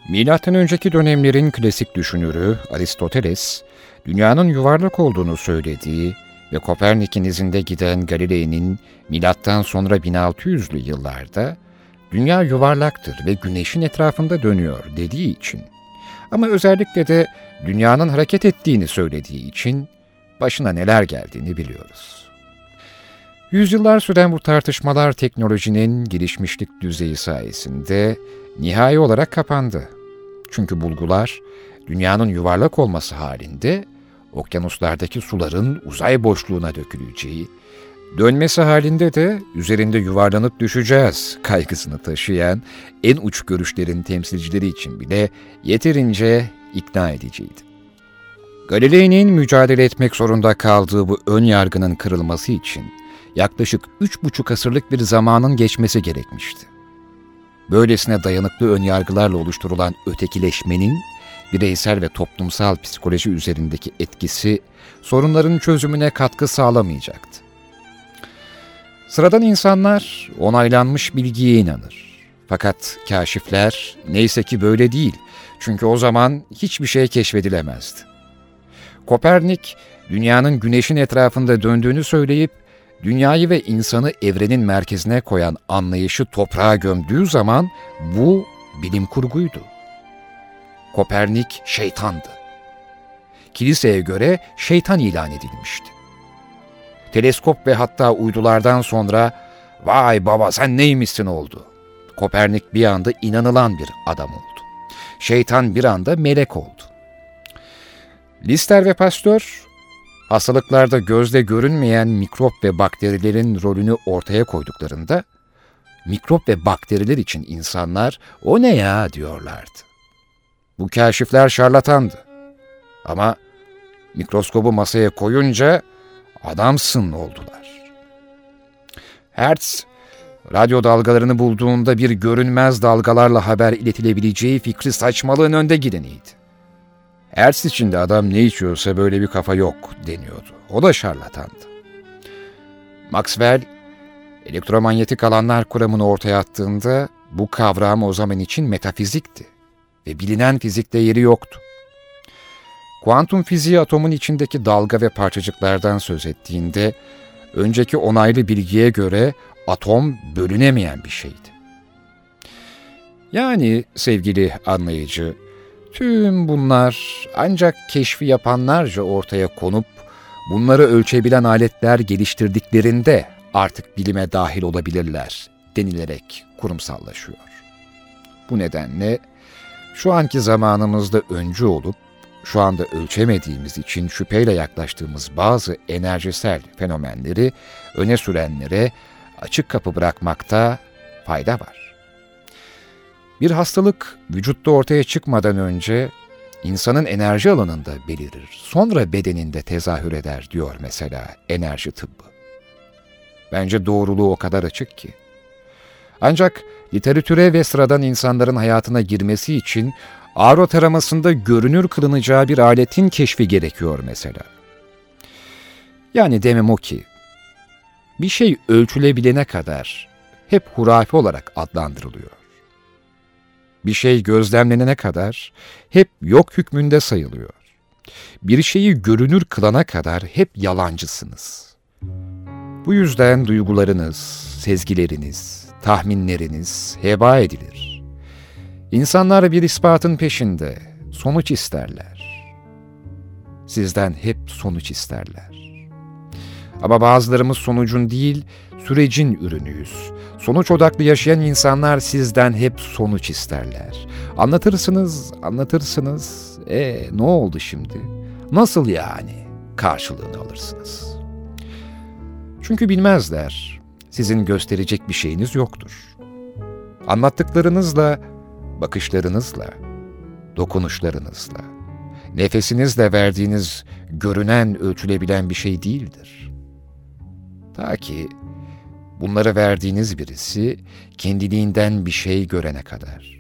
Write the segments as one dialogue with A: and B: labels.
A: Milattan önceki dönemlerin klasik düşünürü Aristoteles, dünyanın yuvarlak olduğunu söylediği ve Kopernik'in izinde giden Galilei'nin milattan sonra 1600'lü yıllarda dünya yuvarlaktır ve güneşin etrafında dönüyor dediği için, ama özellikle de dünyanın hareket ettiğini söylediği için başına neler geldiğini biliyoruz. Yüzyıllar süren bu tartışmalar teknolojinin gelişmişlik düzeyi sayesinde nihai olarak kapandı. Çünkü bulgular, dünyanın yuvarlak olması halinde okyanuslardaki suların uzay boşluğuna döküleceği, dönmesi halinde de üzerinde yuvarlanıp düşeceğiz kaygısını taşıyan en uç görüşlerin temsilcileri için bile yeterince ikna ediciydi. Galilei'nin mücadele etmek zorunda kaldığı bu ön yargının kırılması için yaklaşık 3,5 asırlık bir zamanın geçmesi gerekmişti. Böylesine dayanıklı önyargılarla oluşturulan ötekileşmenin bireysel ve toplumsal psikoloji üzerindeki etkisi sorunların çözümüne katkı sağlamayacaktı. Sıradan insanlar onaylanmış bilgiye inanır. Fakat kâşifler neyse ki böyle değil. Çünkü o zaman hiçbir şey keşfedilemezdi. Kopernik, dünyanın güneşin etrafında döndüğünü söyleyip, dünyayı ve insanı evrenin merkezine koyan anlayışı toprağa gömdüğü zaman bu bilim kurguydu. Kopernik şeytandı. Kiliseye göre şeytan ilan edilmişti. Teleskop ve hatta uydulardan sonra "Vay baba sen neymişsin" oldu. Kopernik bir anda inanılan bir adam oldu. Şeytan bir anda melek oldu. Lister ve Pasteur, hastalıklarda gözle görünmeyen mikrop ve bakterilerin rolünü ortaya koyduklarında, mikrop ve bakteriler için insanlar "O ne ya?" diyorlardı. Bu kâşifler şarlatandı. Ama mikroskobu masaya koyunca adamsın oldular. Hertz, radyo dalgalarını bulduğunda bir görünmez dalgalarla haber iletilebileceği fikri saçmalığın önde gideniydi. Hertz için de adam ne içiyorsa böyle bir kafa yok deniyordu. O da şarlatandı. Maxwell, elektromanyetik alanlar kuramını ortaya attığında bu kavram o zaman için metafizikti ve bilinen fizikte yeri yoktu. Kuantum fiziği atomun içindeki dalga ve parçacıklardan söz ettiğinde, önceki onaylı bilgiye göre atom bölünemeyen bir şeydi. Yani sevgili anlayıcı, tüm bunlar ancak keşfi yapanlarca ortaya konup, bunları ölçebilen aletler geliştirdiklerinde artık bilime dahil olabilirler denilerek kurumsallaşıyor. Bu nedenle şu anki zamanımızda öncü olup, şu anda ölçemediğimiz için şüpheyle yaklaştığımız bazı enerjisel fenomenleri öne sürenlere açık kapı bırakmakta fayda var. Bir hastalık vücutta ortaya çıkmadan önce insanın enerji alanında belirir, sonra bedeninde tezahür eder diyor mesela enerji tıbbı. Bence doğruluğu o kadar açık ki. Ancak literatüre ve sıradan insanların hayatına girmesi için ağrı taramasında görünür kılınacağı bir aletin keşfi gerekiyor mesela. Yani demem o ki, bir şey ölçülebilene kadar hep hurafe olarak adlandırılıyor. Bir şey gözlemlenene kadar hep yok hükmünde sayılıyor. Bir şeyi görünür kılana kadar hep yalancısınız. Bu yüzden duygularınız, sezgileriniz, tahminleriniz heba edilir. İnsanlar bir ispatın peşinde, sonuç isterler. Sizden hep sonuç isterler. Ama bazılarımız sonucun değil, sürecin ürünüyüz. Sonuç odaklı yaşayan insanlar sizden hep sonuç isterler. Anlatırsınız. Ne oldu şimdi? Nasıl yani? Karşılığını alırsınız. Çünkü bilmezler. Sizin gösterecek bir şeyiniz yoktur. Anlattıklarınızla, bakışlarınızla, dokunuşlarınızla, nefesinizle verdiğiniz görünen, ölçülebilen bir şey değildir. Ta ki bunları verdiğiniz birisi kendiliğinden bir şey görene kadar.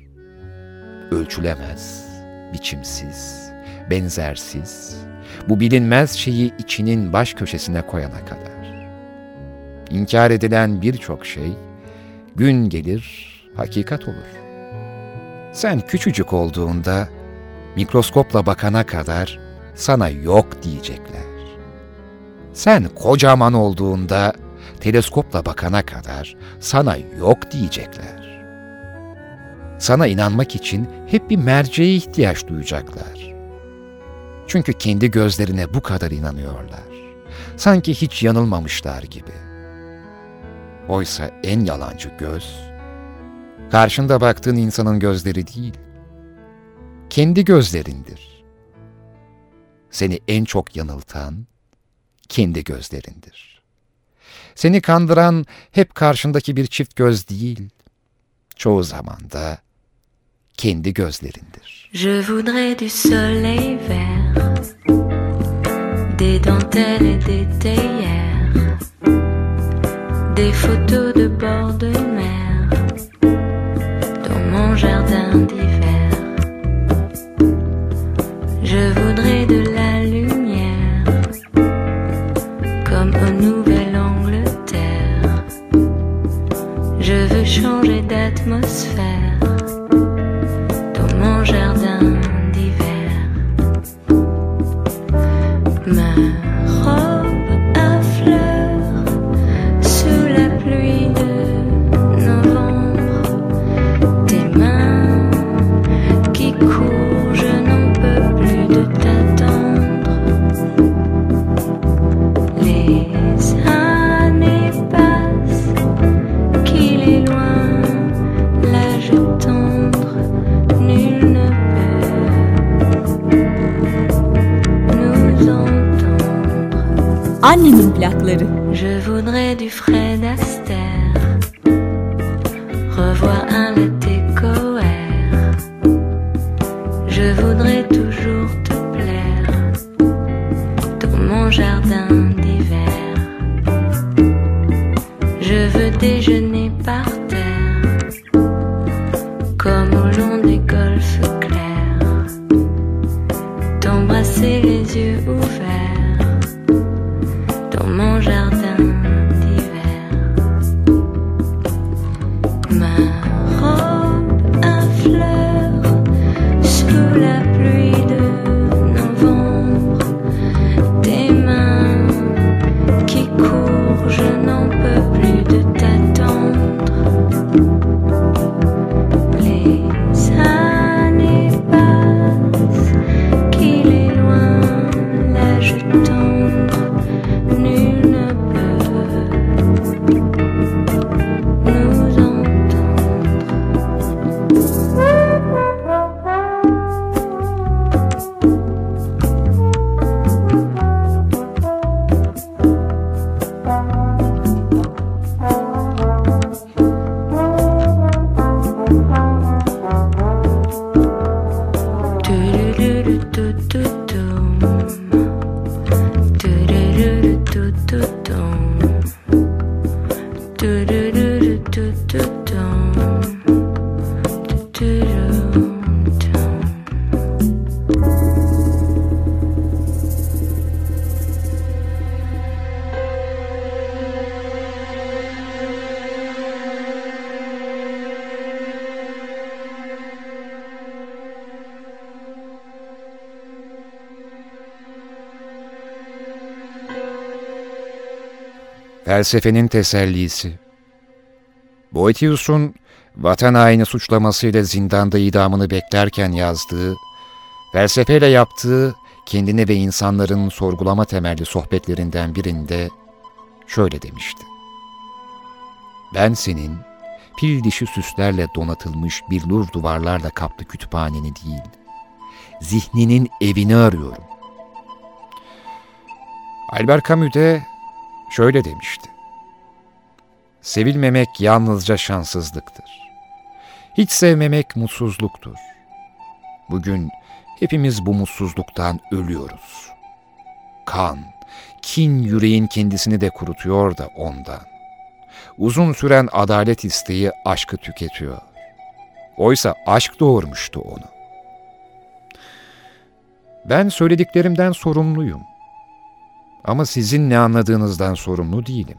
A: Ölçülemez, biçimsiz, benzersiz, bu bilinmez şeyi içinin baş köşesine koyana kadar. İnkar edilen birçok şey gün gelir hakikat olur. Sen küçücük olduğunda mikroskopla bakana kadar sana yok diyecekler. Sen kocaman olduğunda teleskopla bakana kadar sana yok diyecekler. Sana inanmak için hep bir merceğe ihtiyaç duyacaklar. Çünkü kendi gözlerine bu kadar inanıyorlar. Sanki hiç yanılmamışlar gibi. Oysa en yalancı göz, karşında baktığın insanın gözleri değil, kendi gözlerindir. Seni en çok yanıltan kendi gözlerindir. Seni kandıran hep karşındaki bir çift göz değil, çoğu zaman da kendi gözlerindir.
B: Je voudrais du soleil vert, des dentelles et des théières, des photos de bord de mer, dans mon jardin d'hiver. Je voudrais de la lumière, comme au Nouvelle-Angleterre. Je veux changer d'atmosphère dans mon jardin d'hiver. Ma robe à fleurs sous la pluie de novembre. Tes mains qui courent, je n'en peux plus de t'attendre. Les années passent, qu'il est loin l'âge tendre. Nul ne peut nous entendre.
C: Annemin plakları.
B: Je voudrais du Fred Astaire, revoir un latte coère. Je voudrais toujours te plaire dans mon jardin d'hiver. Je veux déjeuner par terre, comme au long des golfes clairs, t'embrasser les yeux ouverts dans mon jardin d'hiver. Ma robe à fleurs sous la pluie de novembre. Tes mains qui courent, je n'en peux plus de t'attendre. Les années passent, qu'il est loin l'âge tendre. Nul ne peut nous entendre.
A: Felsefenin tesellisi. Boethius'un vatan haini suçlamasıyla zindanda idamını beklerken yazdığı, felsefeyle yaptığı kendini ve insanların sorgulama temelli sohbetlerinden birinde şöyle demişti. Ben senin pil dişi süslerle donatılmış billur duvarlarla kaplı kütüphaneni değil, zihninin evini arıyorum. Albert Camus de şöyle demişti. Sevilmemek yalnızca şanssızlıktır. Hiç sevmemek mutsuzluktur. Bugün hepimiz bu mutsuzluktan ölüyoruz. Kan, kin yüreğin kendisini de kurutuyor da ondan. Uzun süren adalet isteği aşkı tüketiyor. Oysa aşk doğurmuştu onu. Ben söylediklerimden sorumluyum. Ama sizin ne anladığınızdan sorumlu değilim,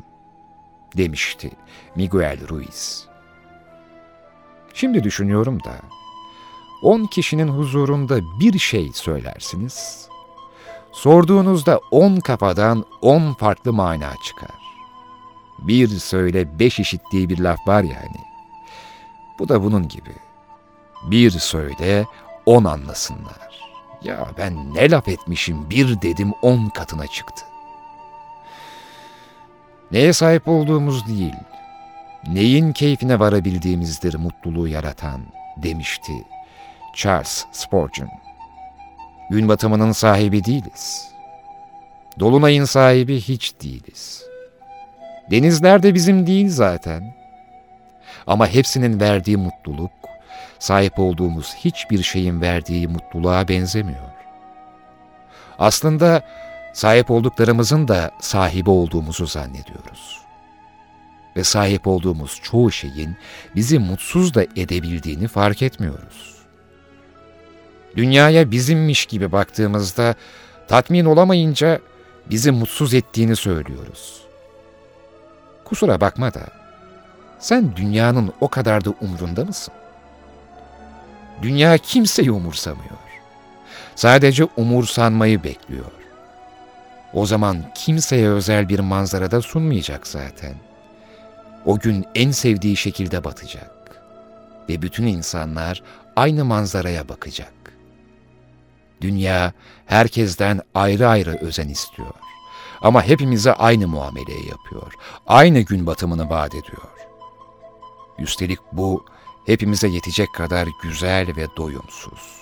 A: demişti Miguel Ruiz. Şimdi düşünüyorum da, 10 kişinin huzurunda bir şey söylersiniz. Sorduğunuzda 10 kafadan 10 farklı mana çıkar. Bir söyle 5 işittiği bir laf var yani. Bu da bunun gibi. Bir söyle 10 anlasınlar. Ya ben ne laf etmişim, bir dedim 10 katına çıktı. Neye sahip olduğumuz değil, neyin keyfine varabildiğimizdir mutluluğu yaratan, demişti Charles Spurgeon. Gün batımının sahibi değiliz. Dolunayın sahibi hiç değiliz. Denizler de bizim değil zaten. Ama hepsinin verdiği mutluluk, sahip olduğumuz hiçbir şeyin verdiği mutluluğa benzemiyor. Aslında sahip olduklarımızın da sahibi olduğumuzu zannediyoruz. Ve sahip olduğumuz çoğu şeyin bizi mutsuz da edebildiğini fark etmiyoruz. Dünyaya bizimmiş gibi baktığımızda tatmin olamayınca bizi mutsuz ettiğini söylüyoruz. Kusura bakma da, sen dünyanın o kadar da umrunda mısın? Dünya kimseyi umursamıyor. Sadece umursanmayı bekliyor. O zaman kimseye özel bir manzarada sunmayacak zaten. O gün en sevdiği şekilde batacak. Ve bütün insanlar aynı manzaraya bakacak. Dünya herkesten ayrı ayrı özen istiyor. Ama hepimize aynı muameleyi yapıyor. Aynı gün batımını vaat ediyor. Üstelik bu hepimize yetecek kadar güzel ve doyumsuz.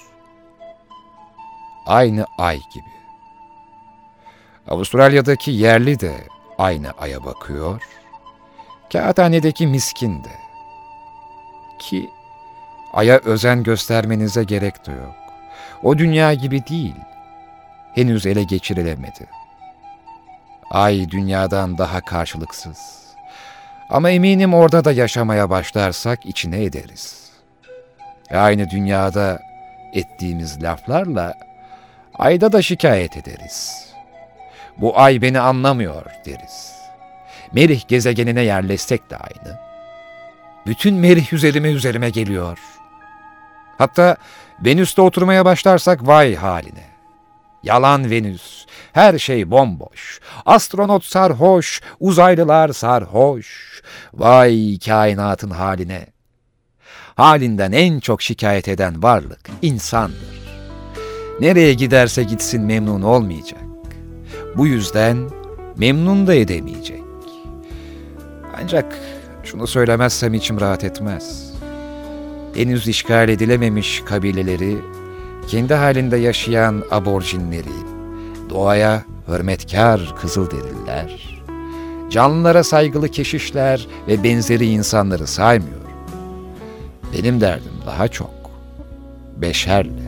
A: Aynı ay gibi. Avustralya'daki yerli de aynı aya bakıyor. Kağıthanedeki miskin de. Ki aya özen göstermenize gerek de yok. O dünya gibi değil. Henüz ele geçirilemedi. Ay dünyadan daha karşılıksız. Ama eminim orada da yaşamaya başlarsak içine ederiz. Aynı dünyada ettiğimiz laflarla ayda da şikayet ederiz. Bu ay beni anlamıyor deriz. Merih gezegenine yerleşsek de aynı. Bütün Merih üzerime geliyor. Hatta Venüs'te oturmaya başlarsak vay haline. Yalan Venüs, her şey bomboş. Astronot sarhoş, uzaylılar sarhoş. Vay kainatın haline. Halinden en çok şikayet eden varlık insandır. Nereye giderse gitsin memnun olmayacak. Bu yüzden memnun da edemeyecek. Ancak şunu söylemezsem içim rahat etmez. Henüz işgal edilememiş kabileleri, kendi halinde yaşayan aborjinleri, doğaya hürmetkar Kızılderililer, canlılara saygılı keşişler ve benzeri insanları saymıyorum. Benim derdim daha çok beşerle.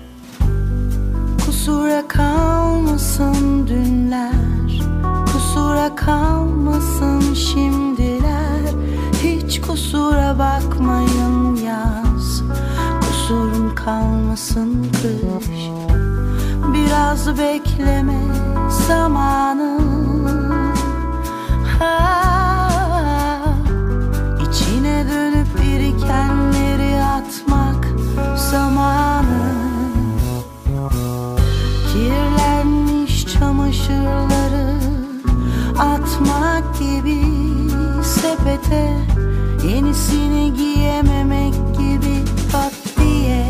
B: Kusura kalmasın dünler, kusura kalmasın şimdiler, hiç kusura bakmayın yaz, kusurum kalmasın kış, biraz bekleme zamanı, içine dönüp birikenleri atmak zamanı. Kirlenmiş çamaşırları atmak gibi sepete, yenisini giyememek gibi pat diye.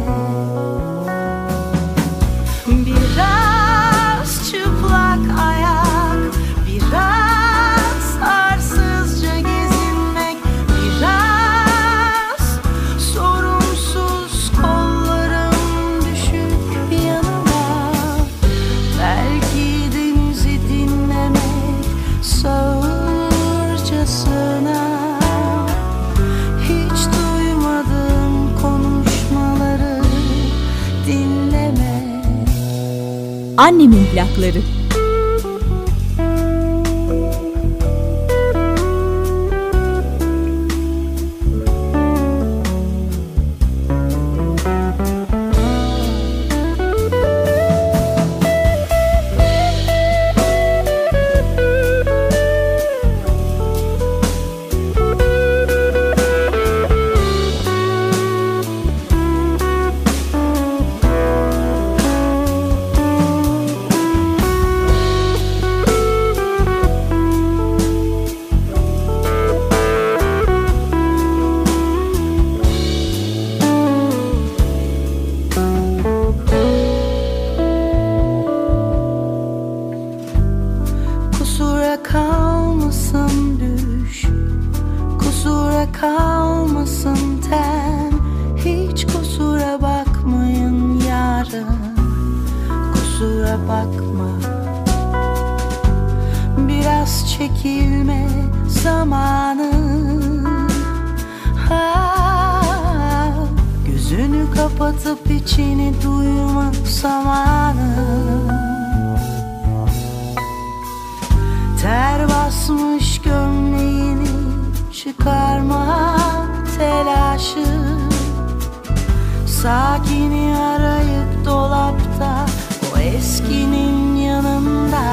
B: Biraz çıplak ayak, biraz arsızca gezinmek, biraz sorumsuz kollarım düşük yanıma. Belki denizi dinlemek sağırcasına, hiç duymadığım konuşmaları dinlemek.
C: Annemin plakları.
D: bakma. Biraz çekilme zamanı. Gözünü kapatıp içini duyma zamanı. Ter basmış gömleğini çıkarma telaşı. Sakini arayıp dolapta, o eskinin yanında.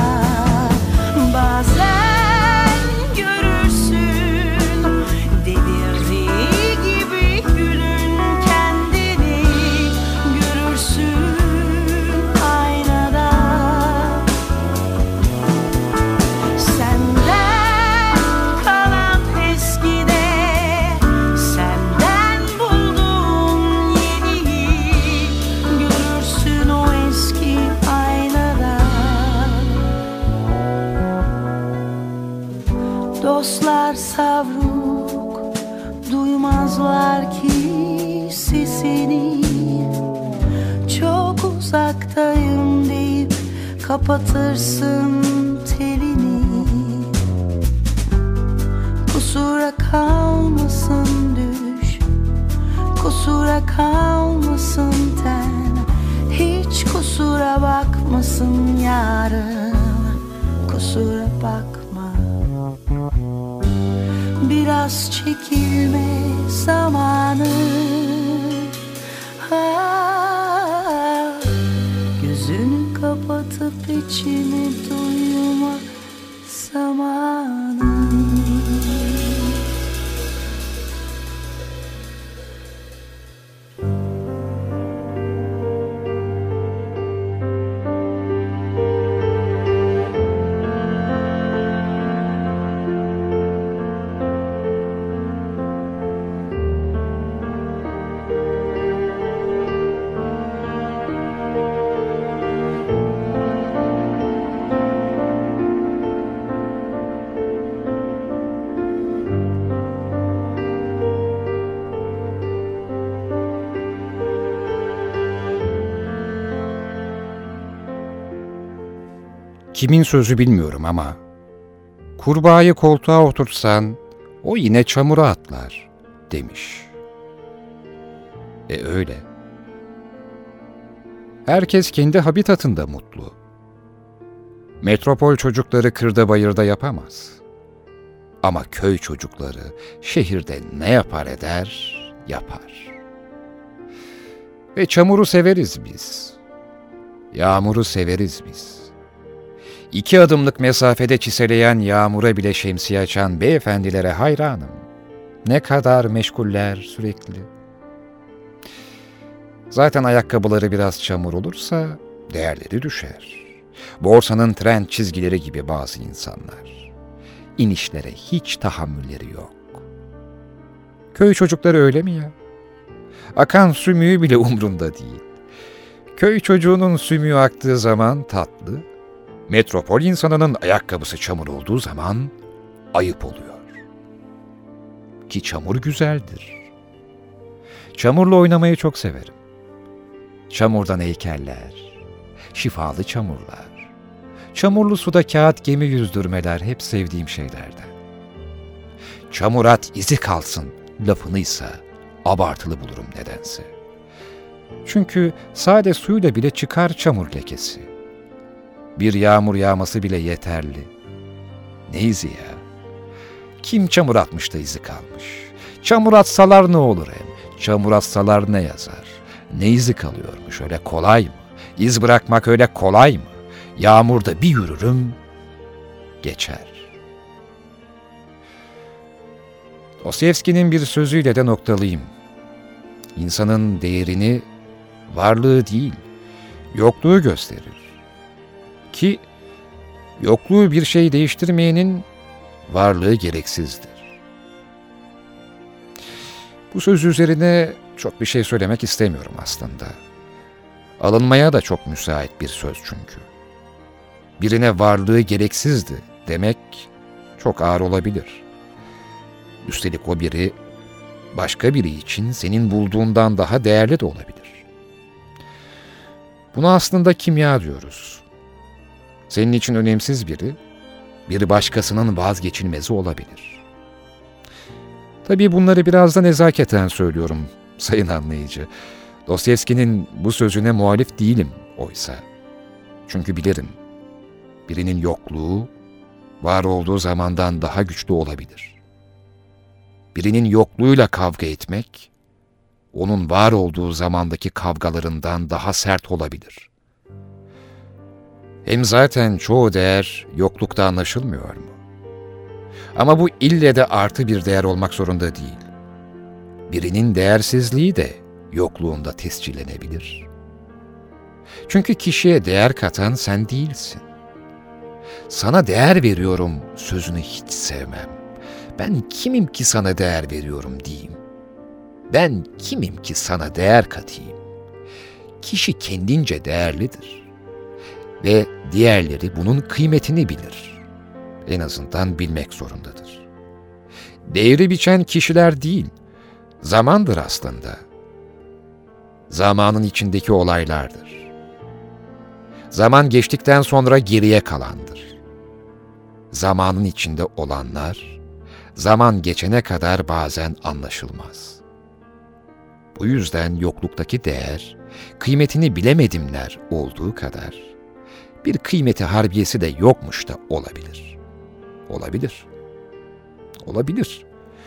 D: Bazen görürsün delirdiği gibi gülün kendini. Görürsün aynada. Senden kalan eskide, senden bulduğun yeniyi. Görürsün o eski aynada. Dostlar savruk, duymazlar ki sesini. Çok uzaktayım deyip kapatırsın telini. Kusura kalmasın düş, kusura kalmasın ten. Hiç kusura bakmasın yarın, kusura bakma. Biraz çekilme zamanı. Gözünü kapatıp içini duyma zamanı.
A: Kimin sözü bilmiyorum ama kurbağayı koltuğa oturtsan o yine çamura atlar demiş. Öyle. Herkes kendi habitatında mutlu. Metropol çocukları kırda bayırda yapamaz. Ama köy çocukları şehirde ne yapar eder, yapar. Ve çamuru severiz biz. Yağmuru severiz biz. 2 adımlık mesafede çiseleyen yağmura bile şemsiye açan beyefendilere hayranım. Ne kadar meşguller sürekli. Zaten ayakkabıları biraz çamur olursa değerleri düşer. Borsanın trend çizgileri gibi bazı insanlar. İnişlere hiç tahammülleri yok. Köy çocukları öyle mi ya? Akan sümüğü bile umrunda değil. Köy çocuğunun sümüğü aktığı zaman tatlı, metropol insanının ayakkabısı çamur olduğu zaman ayıp oluyor. Ki çamur güzeldir. Çamurla oynamayı çok severim. Çamurdan heykeller, şifalı çamurlar, çamurlu suda kağıt gemi yüzdürmeler hep sevdiğim şeylerden. Çamur at izi kalsın lafınıysa abartılı bulurum nedense. Çünkü sade suyla bile çıkar çamur lekesi. Bir yağmur yağması bile yeterli. Ne izi ya? Kim çamur atmış da izi kalmış? Çamur atsalar ne olur hem? Çamur atsalar ne yazar? Ne izi kalıyormuş, öyle kolay mı? İz bırakmak öyle kolay mı? Yağmurda bir yürürüm, geçer. Dostoyevski'nin bir sözüyle de noktalayayım. İnsanın değerini varlığı değil, yokluğu gösterir. Ki yokluğu bir şey değiştirmeyenin varlığı gereksizdir. Bu söz üzerine çok bir şey söylemek istemiyorum aslında. Alınmaya da çok müsait bir söz çünkü. Birine varlığı gereksizdi demek çok ağır olabilir. Üstelik o biri başka biri için senin bulduğundan daha değerli de olabilir. Buna aslında kimya diyoruz. Senin için önemsiz biri, bir başkasının vazgeçilmezi olabilir. Tabii bunları biraz da nezaketen söylüyorum sayın anlayıcı. Dostoyevski'nin bu sözüne muhalif değilim oysa. Çünkü bilirim, birinin yokluğu, var olduğu zamandan daha güçlü olabilir. Birinin yokluğuyla kavga etmek, onun var olduğu zamandaki kavgalarından daha sert olabilir. Hem zaten çoğu değer yoklukta anlaşılmıyor mu? Ama bu ille de artı bir değer olmak zorunda değil. Birinin değersizliği de yokluğunda tescillenebilir. Çünkü kişiye değer katan sen değilsin. Sana değer veriyorum sözünü hiç sevmem. Ben kimim ki sana değer veriyorum diyeyim. Ben kimim ki sana değer katayım. Kişi kendince değerlidir. Ve diğerleri bunun kıymetini bilir. En azından bilmek zorundadır. Değeri biçen kişiler değil, zamandır aslında. Zamanın içindeki olaylardır. Zaman geçtikten sonra geriye kalandır. Zamanın içinde olanlar, zaman geçene kadar bazen anlaşılmaz. Bu yüzden yokluktaki değer, kıymetini bilemedimler olduğu kadar, bir kıymeti harbiyesi de yokmuş da olabilir. Olabilir. Olabilir.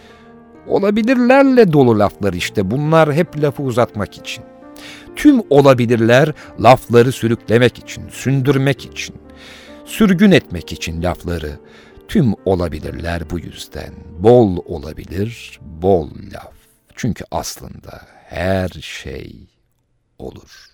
A: Olabilirlerle dolu laflar işte. Bunlar hep lafı uzatmak için. Tüm olabilirler lafları sürüklemek için, sündürmek için, sürgün etmek için lafları. Tüm olabilirler bu yüzden. Bol olabilir, bol laf. Çünkü aslında her şey olur.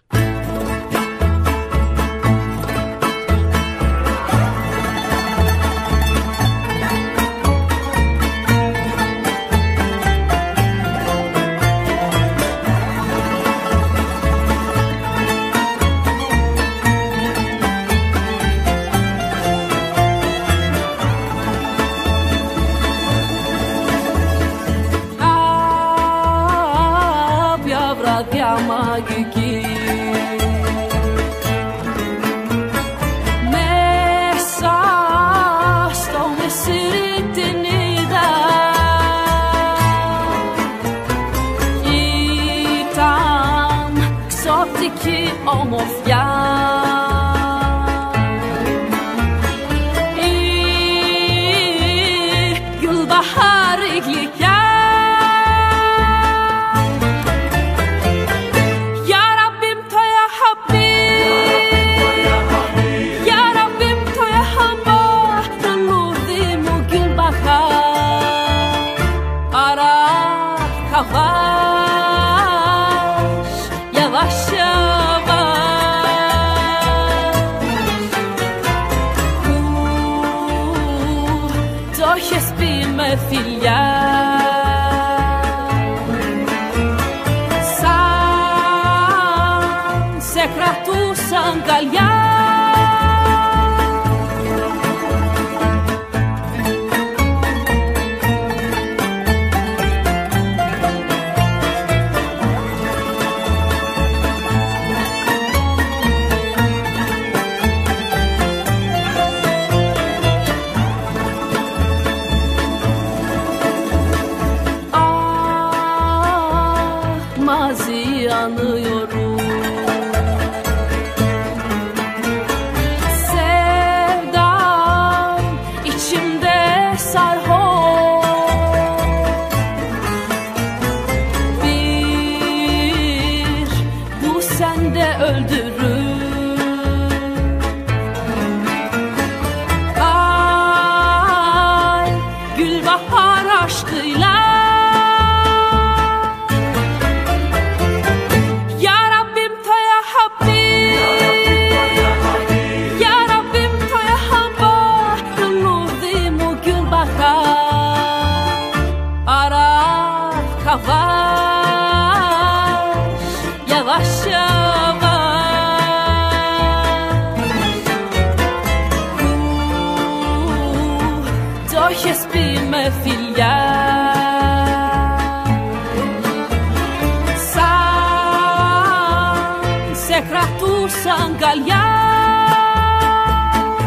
E: Secratul s-a îngaliat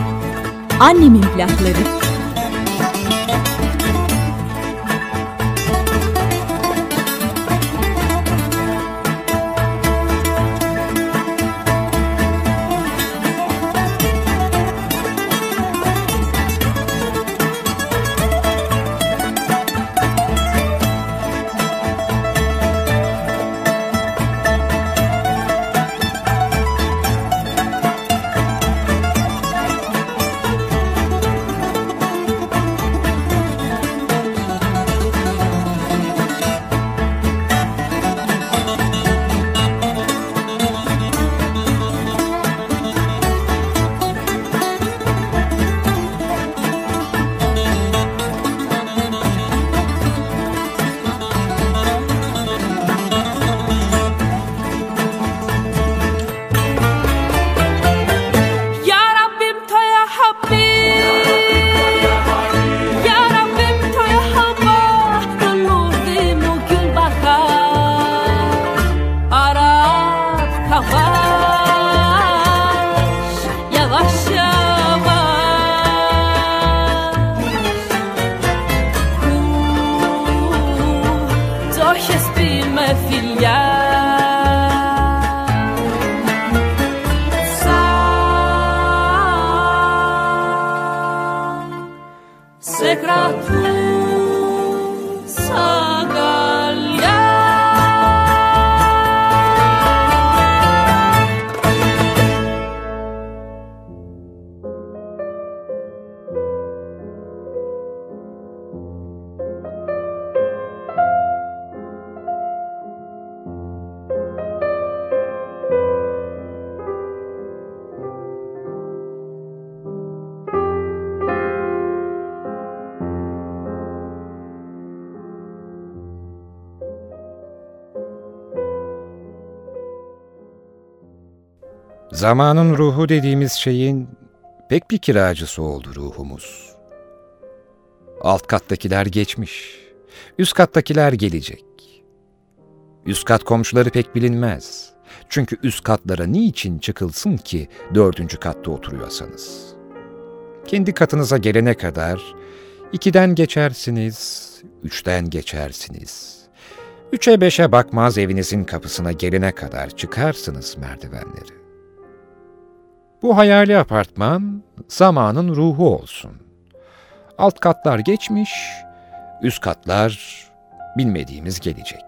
C: Annemin plakları.
A: Zamanın ruhu dediğimiz şeyin pek bir kiracısı oldu ruhumuz. Alt kattakiler geçmiş, üst kattakiler gelecek. Üst kat komşuları pek bilinmez. Çünkü üst katlara niçin çıkılsın ki 4. katta oturuyorsanız? Kendi katınıza gelene kadar 2'den geçersiniz, 3'ten geçersiniz. 3'e 5'e bakmaz evinizin kapısına gelene kadar çıkarsınız merdivenleri. Bu hayali apartman zamanın ruhu olsun. Alt katlar geçmiş, üst katlar bilmediğimiz gelecek.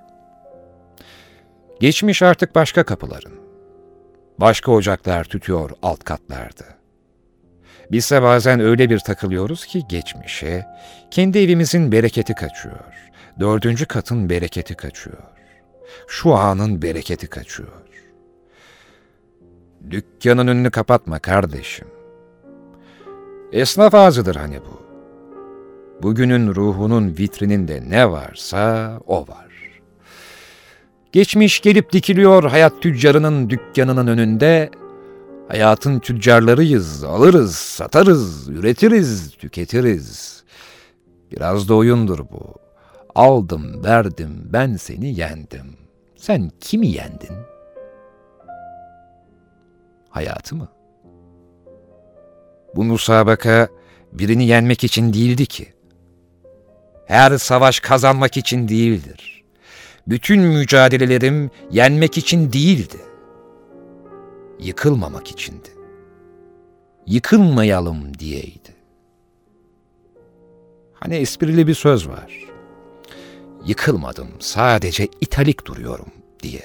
A: Geçmiş artık başka kapıların. Başka ocaklar tütüyor alt katlarda. Bizse bazen öyle bir takılıyoruz ki geçmişe, kendi evimizin bereketi kaçıyor. 4. katın bereketi kaçıyor. Şu anın bereketi kaçıyor. Dükkanın önünü kapatma kardeşim. Esnaf ağzıdır hani bu. Bugünün ruhunun vitrininde ne varsa o var. Geçmiş gelip dikiliyor hayat tüccarının dükkanının önünde. Hayatın tüccarlarıyız, alırız, satarız, üretiriz, tüketiriz. Biraz da oyundur bu. Aldım, verdim, ben seni yendim. Sen kimi yendin? Hayatı mı? Bu musabaka birini yenmek için değildi ki. Her savaş kazanmak için değildir. Bütün mücadelelerim yenmek için değildi. Yıkılmamak içindi. Yıkılmayalım diyeydi. Hani esprili bir söz var. Yıkılmadım, sadece italik duruyorum diye.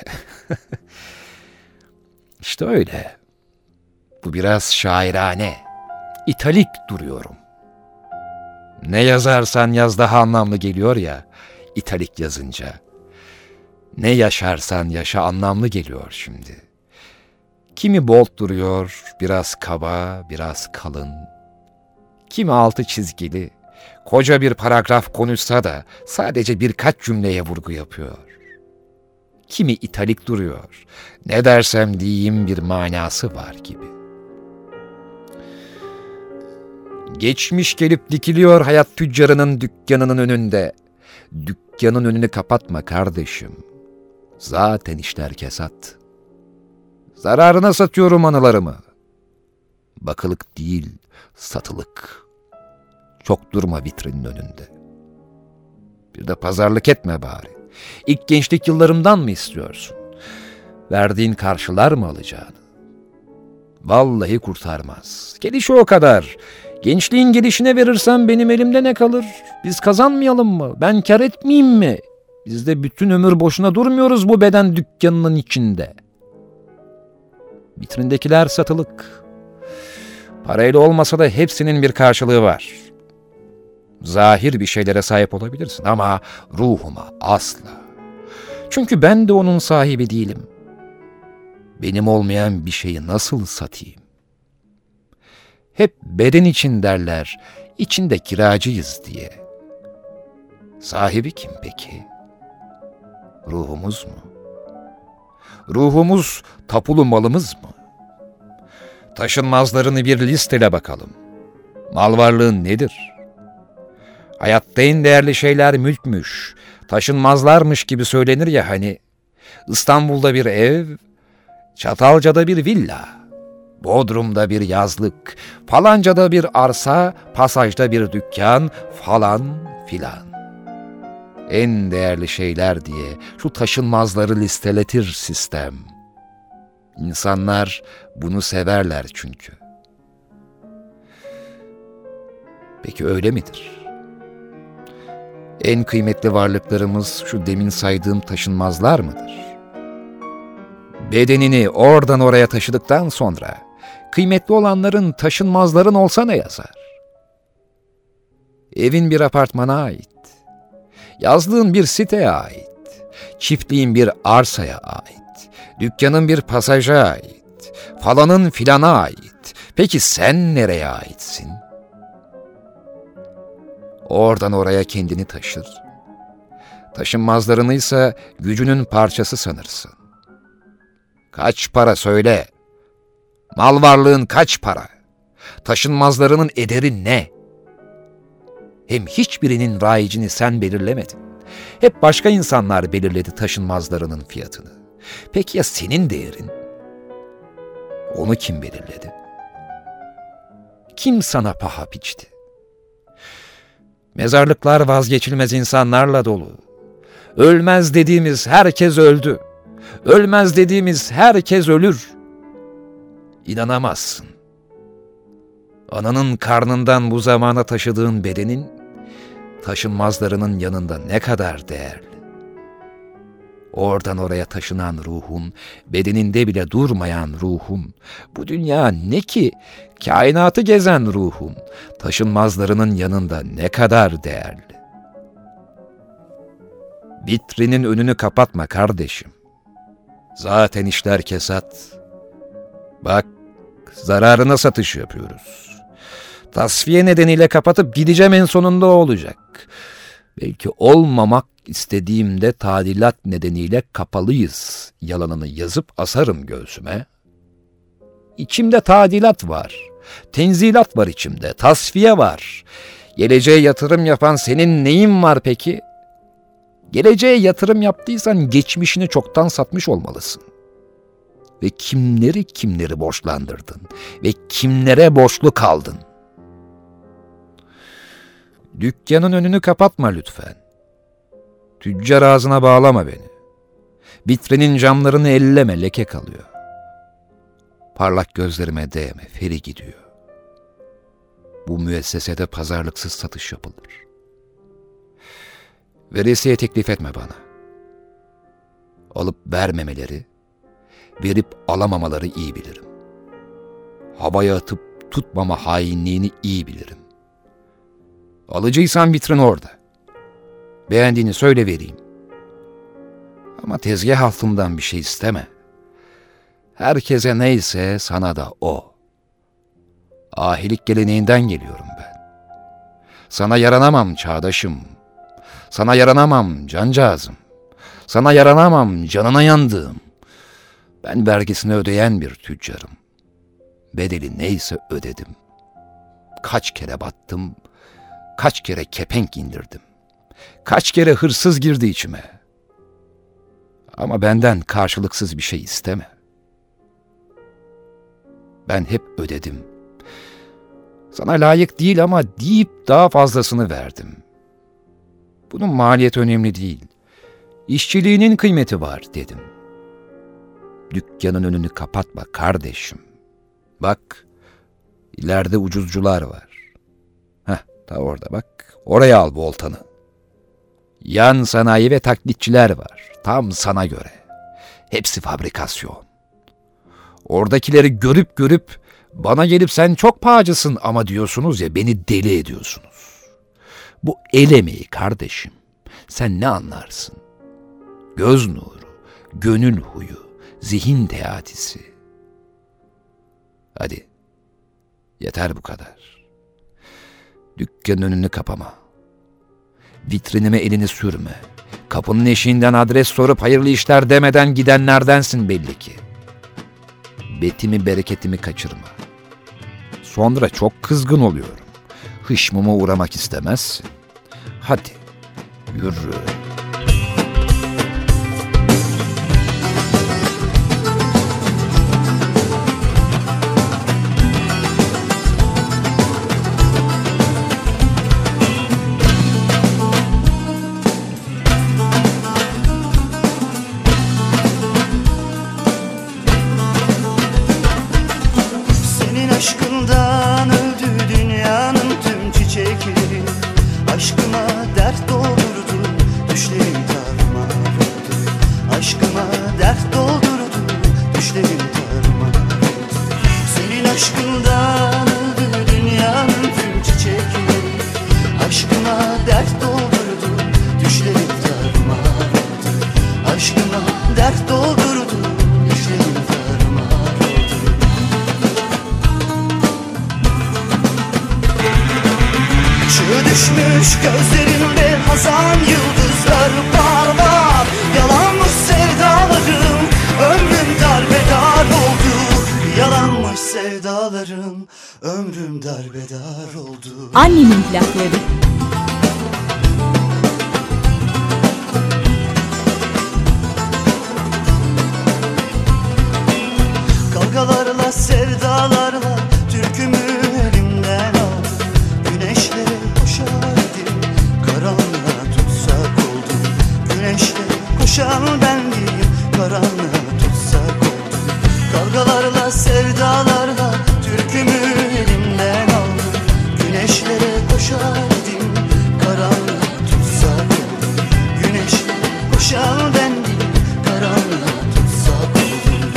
A: İşte öyle. Bu biraz şairane. İtalik duruyorum. Ne yazarsan yaz daha anlamlı geliyor ya, italik yazınca. Ne yaşarsan yaşa anlamlı geliyor şimdi. Kimi bolt duruyor, biraz kaba, biraz kalın. Kimi altı çizgili, koca bir paragraf konuşsa da sadece birkaç cümleye vurgu yapıyor. Kimi italik duruyor, ne dersem diyeyim bir manası var gibi. Geçmiş gelip dikiliyor hayat tüccarının dükkanının önünde. Dükkanın önünü kapatma kardeşim. Zaten işler kesat. Zararına satıyorum anılarımı. Bakılık değil, satılık. Çok durma vitrinin önünde. Bir de pazarlık etme bari. İlk gençlik yıllarımdan mı istiyorsun? Verdiğin karşılar mı alacağını? Vallahi kurtarmaz. Gelişi o kadar. Gençliğin gelişine verirsen benim elimde ne kalır? Biz kazanmayalım mı? Ben kar etmeyeyim mi? Biz de bütün ömür boşuna durmuyoruz bu beden dükkanının içinde. Vitrindekiler satılık. Parayla olmasa da hepsinin bir karşılığı var. Zahir bir şeylere sahip olabilirsin ama ruhuma asla. Çünkü ben de onun sahibi değilim. Benim olmayan bir şeyi nasıl satayım? Hep beden için derler, içinde kiracıyız diye. Sahibi kim peki? Ruhumuz mu? Ruhumuz tapulu malımız mı? Taşınmazlarını bir listele bakalım. Mal varlığın nedir? Hayatta en değerli şeyler mülkmüş, taşınmazlarmış gibi söylenir ya hani. İstanbul'da bir ev, Çatalca'da bir villa, Bodrum'da bir yazlık, falanca'da bir arsa, pasajda bir dükkan falan filan. En değerli şeyler diye şu taşınmazları listeletir sistem. İnsanlar bunu severler çünkü. Peki öyle midir? En kıymetli varlıklarımız şu demin saydığım taşınmazlar mıdır? Bedenini oradan oraya taşıdıktan sonra kıymetli olanların taşınmazların olsa ne yazar? Evin bir apartmana ait, yazlığın bir siteye ait, çiftliğin bir arsaya ait, dükkanın bir pasaja ait, falanın filana ait. Peki sen nereye aitsin? Oradan oraya kendini taşır. Taşınmazlarını ise gücünün parçası sanırsın. Kaç para söyle? Mal varlığın kaç para? Taşınmazlarının ederi ne? Hem hiçbirinin rayicini sen belirlemedin. Hep başka insanlar belirledi taşınmazlarının fiyatını. Peki ya senin değerin? Onu kim belirledi? Kim sana paha biçti? Mezarlıklar vazgeçilmez insanlarla dolu. Ölmez dediğimiz herkes öldü. Ölmez dediğimiz herkes ölür. İnanamazsın. Ananın karnından bu zamana taşıdığın bedenin, taşınmazlarının yanında ne kadar değerli. Oradan oraya taşınan ruhun, bedeninde bile durmayan ruhun, bu dünya ne ki, kainatı gezen ruhun, taşınmazlarının yanında ne kadar değerli. Vitrinin önünü kapatma kardeşim. Zaten işler kesat. Bak, zararına satış yapıyoruz. Tasfiye nedeniyle kapatıp gideceğim, en sonunda o olacak. Belki olmamak istediğimde tadilat nedeniyle kapalıyız yalanını yazıp asarım göğsüme. İçimde tadilat var, tenzilat var içimde, tasfiye var. Geleceğe yatırım yapan senin neyin var peki? Geleceğe yatırım yaptıysan geçmişini çoktan satmış olmalısın. Ve kimleri borçlandırdın ve kimlere borçlu kaldın? Dükkanın önünü kapatma lütfen. Tüccar ağzına bağlama beni. Vitrinin camlarını elleme, leke kalıyor. Parlak gözlerime değme, feri gidiyor. Bu müessesede pazarlıksız satış yapılır. Veresiye teklif etme bana. Alıp vermemeleri, verip alamamaları iyi bilirim. Havaya atıp tutmama hainliğini iyi bilirim. Alıcıysan vitrin orada. Beğendiğini söyle vereyim. Ama tezgah altından bir şey isteme. Herkese neyse sana da o. Ahilik geleneğinden geliyorum ben. Sana yaranamam çağdaşım. Sana yaranamam cancağızım. Sana yaranamam canına yandığım. Ben vergisini ödeyen bir tüccarım. Bedeli neyse ödedim. Kaç kere battım, kaç kere kepenk indirdim. Kaç kere hırsız girdi içime. Ama benden karşılıksız bir şey isteme. Ben hep ödedim, Sana layık değil ama deyip daha fazlasını verdim. Bunun maliyeti önemli değil. İşçiliğinin kıymeti var dedim. Dükkanın önünü kapatma kardeşim. Bak, ileride ucuzcular var. Ta orada bak, oraya al bu oltanı. Yan sanayi ve taklitçiler var, tam sana göre. Hepsi fabrikasyon. Oradakileri görüp bana gelip sen çok pahacısın ama diyorsunuz ya, beni deli ediyorsunuz. Bu el emeği kardeşim. Sen ne anlarsın? Göz nuru, gönül huyu, zihin teatisi. Hadi, yeter bu kadar. Dükkanın önünü kapama. Vitrinime elini sürme. Kapının eşiğinden adres sorup hayırlı işler demeden gidenlerdensin belli ki. Betimi bereketimi kaçırma. Sonra çok kızgın oluyorum. Hışmıma uğramak istemezsin. Hadi, yürü.
E: Aşkından öldü dünyanın tüm çiçekleri. Aşkıma dert doldurdu, düşlerim tarumar oldu. Aşkıma dert doldurdu, düşlerim tarumar oldu. Senin aşkından öldü dünyanın tüm çiçekleri. Aşkıma dert doldurdu, düşlerim tarumar oldu. Aşkıma dert doldurdu, düşlerim tarumar oldu. Çığ düşmüş gözlerimde hazan yıldızlar parlar. Yalanmış sevdalarım, ömrüm darbedar oldu. Yalanmış sevdalarım, ömrüm darbedar oldu.
C: Annemin plakları.
E: Kavgalarla, sevdalarla türkümü elimden aldım. Güneşlere koşardım, karanlığa tutsak oldum. Güneşlere koşan bendim, karanlığa tutsak oldum. Kavgalarla, sevdalarla türkümü elimden aldım. Güneşlere koşardım, karanlığa tutsak oldum. Güneşlere koşan bendim, karanlığa tutsak oldum.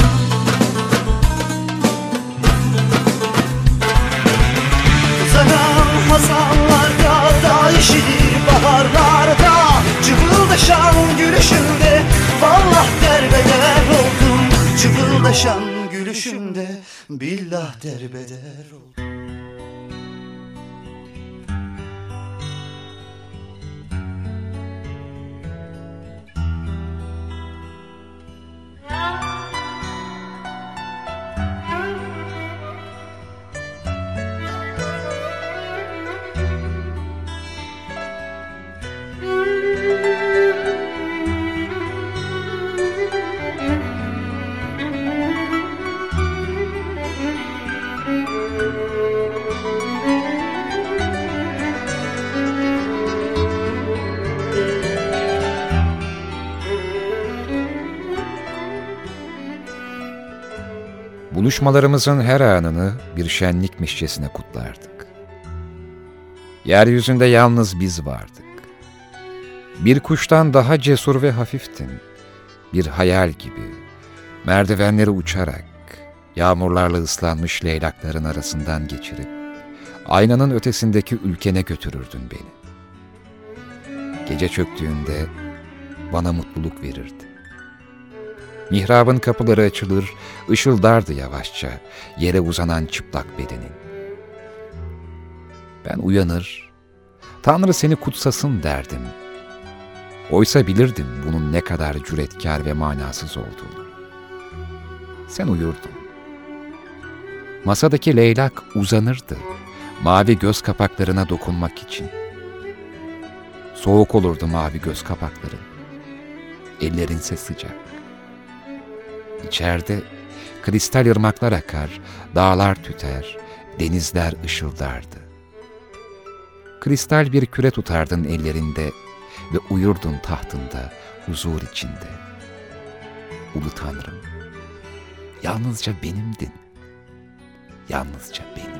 E: Uzanan hazanlarda, da yeşil baharlarda, cıvıldaşan gülüşünde vallah derbeder oldum. Cıvıldaşan gülüşünde billah derbeder oldum.
A: Buluşmalarımızın her anını bir şenlikmişçesine kutlardık. Yeryüzünde yalnız biz vardık. Bir kuştan daha cesur ve hafiftin. Bir hayal gibi, merdivenleri uçarak, yağmurlarla ıslanmış leylakların arasından geçirip, aynanın ötesindeki ülkene götürürdün beni. Gece çöktüğünde bana mutluluk verirdi. Mihrabın kapıları açılır, ışıldardı yavaşça yere uzanan çıplak bedenin. Ben uyanır, Tanrı seni kutsasın derdim. Oysa bilirdim bunun ne kadar cüretkar ve manasız olduğunu. Sen uyurdun. Masadaki leylak uzanırdı, mavi göz kapaklarına dokunmak için. Soğuk olurdu mavi göz kapakların. Ellerinse sıcak. İçeride kristal ırmaklar akar, dağlar tüter, denizler ışıldardı. Kristal bir küre tutardın ellerinde ve uyurdun tahtında huzur içinde. Ulu Tanrım, yalnızca benimdin, yalnızca benim.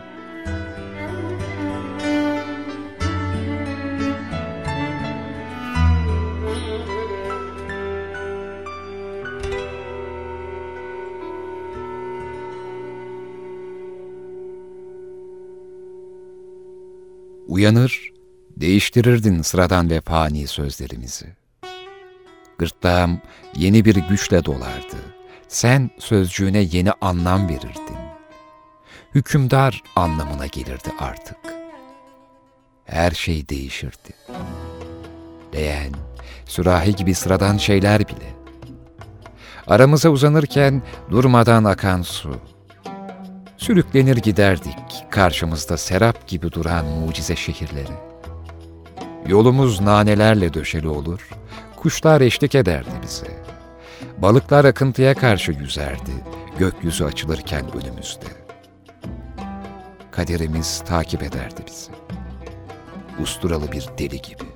A: Uyanır, değiştirirdin sıradan ve fani sözlerimizi. Gırtlağım yeni bir güçle dolardı. Sen sözcüğüne yeni anlam verirdin. Hükümdar anlamına gelirdi artık. Her şey değişirdi. Leğen, sürahi gibi sıradan şeyler bile. Aramıza uzanırken durmadan akan su. Sürüklenir giderdik karşımızda serap gibi duran mucize şehirleri. Yolumuz nanelerle döşeli olur, kuşlar eşlik ederdi bize. Balıklar akıntıya karşı yüzerdi, gökyüzü açılırken önümüzde. Kaderimiz takip ederdi bizi, usturalı bir deli gibi.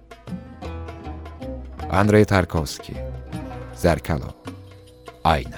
A: Andrei Tarkovski, Zerkalo, Ayna.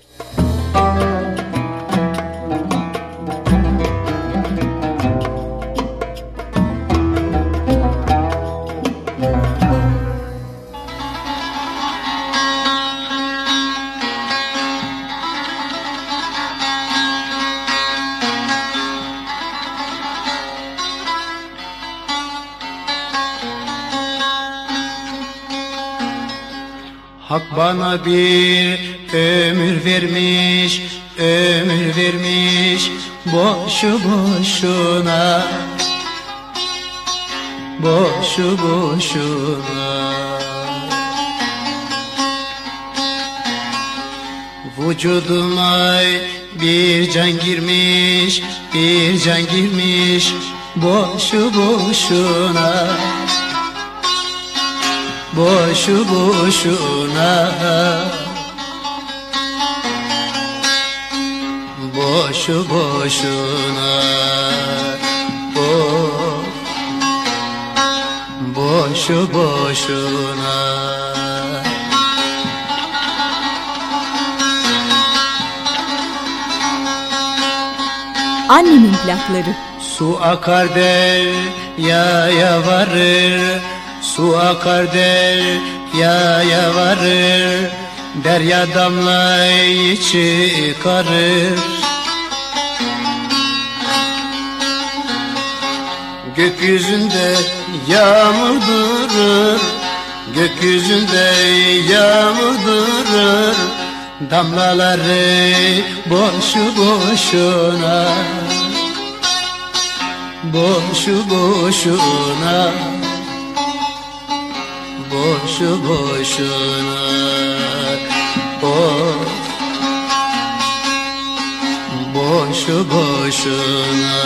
F: Hak bana bir ömür vermiş, ömür vermiş boşu boşuna, boşu boşuna. Vücuduma bir can girmiş, bir can girmiş boşu boşuna, boşu boşuna, boşu boşuna, boşu boşuna.
C: Annemin plakları.
F: Su akar deryaya varır, su akar deryaya varır, derya damlayı çıkarır. Gökyüzünde yağmur durur, gökyüzünde yağmur durur, damlaları boşu boşuna, boşu boşuna, boşu boşuna, boşu boşuna.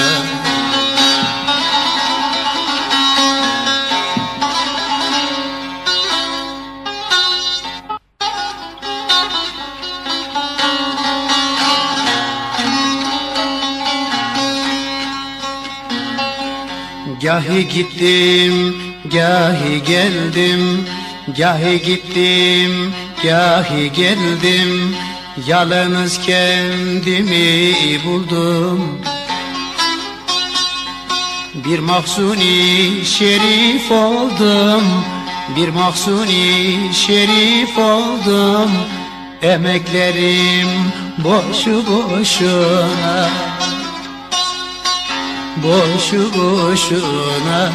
F: Gahi gittim, gahi geldim, gahi gittim, gahi geldim, yalnız kendimi buldum. Bir mahzuni şerif oldum, bir mahzuni şerif oldum, emeklerim boşu boşuna, boşu boşuna,